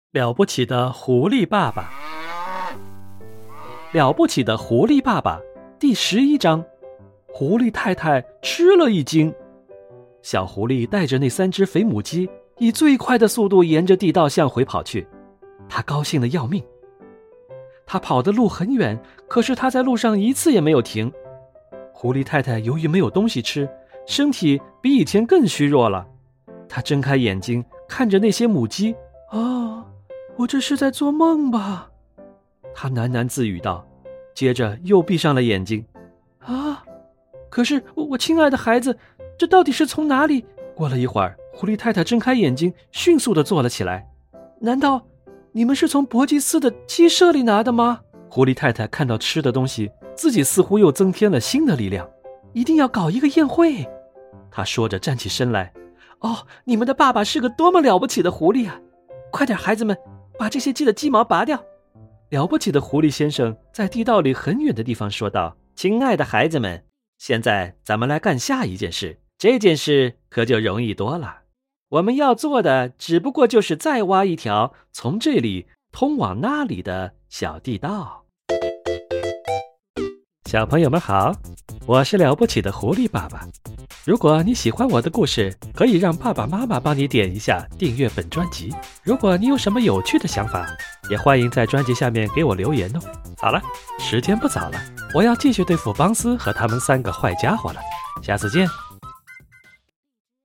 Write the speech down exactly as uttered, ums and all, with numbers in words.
了不起的狐狸爸爸。了不起的狐狸爸爸第十一章，狐狸太太吃了一惊。小狐狸带着那三只肥母鸡以最快的速度沿着地道向回跑去，他高兴得要命。他跑的路很远，可是他在路上一次也没有停。狐狸太太由于没有东西吃，身体比以前更虚弱了。她睁开眼睛看着那些母鸡，啊，我这是在做梦吧？她喃喃自语道，接着又闭上了眼睛。啊，可是我我亲爱的孩子，这到底是从哪里？过了一会儿，狐狸太太睁开眼睛，迅速地坐了起来。难道你们是从伯吉斯的鸡舍里拿的吗？狐狸太太看到吃的东西，自己似乎又增添了新的力量，一定要搞一个宴会。她说着站起身来。哦，你们的爸爸是个多么了不起的狐狸啊！快点，孩子们，把这些鸡的鸡毛拔掉。了不起的狐狸先生在地道里很远的地方说道，亲爱的孩子们，现在咱们来干下一件事，这件事可就容易多了。我们要做的只不过就是再挖一条从这里通往那里的小地道。小朋友们好，我是了不起的狐狸爸爸。如果你喜欢我的故事，可以让爸爸妈妈帮你点一下订阅本专辑。如果你有什么有趣的想法，也欢迎在专辑下面给我留言哦。好了，时间不早了，我要继续对付邦斯和他们三个坏家伙了。下次见。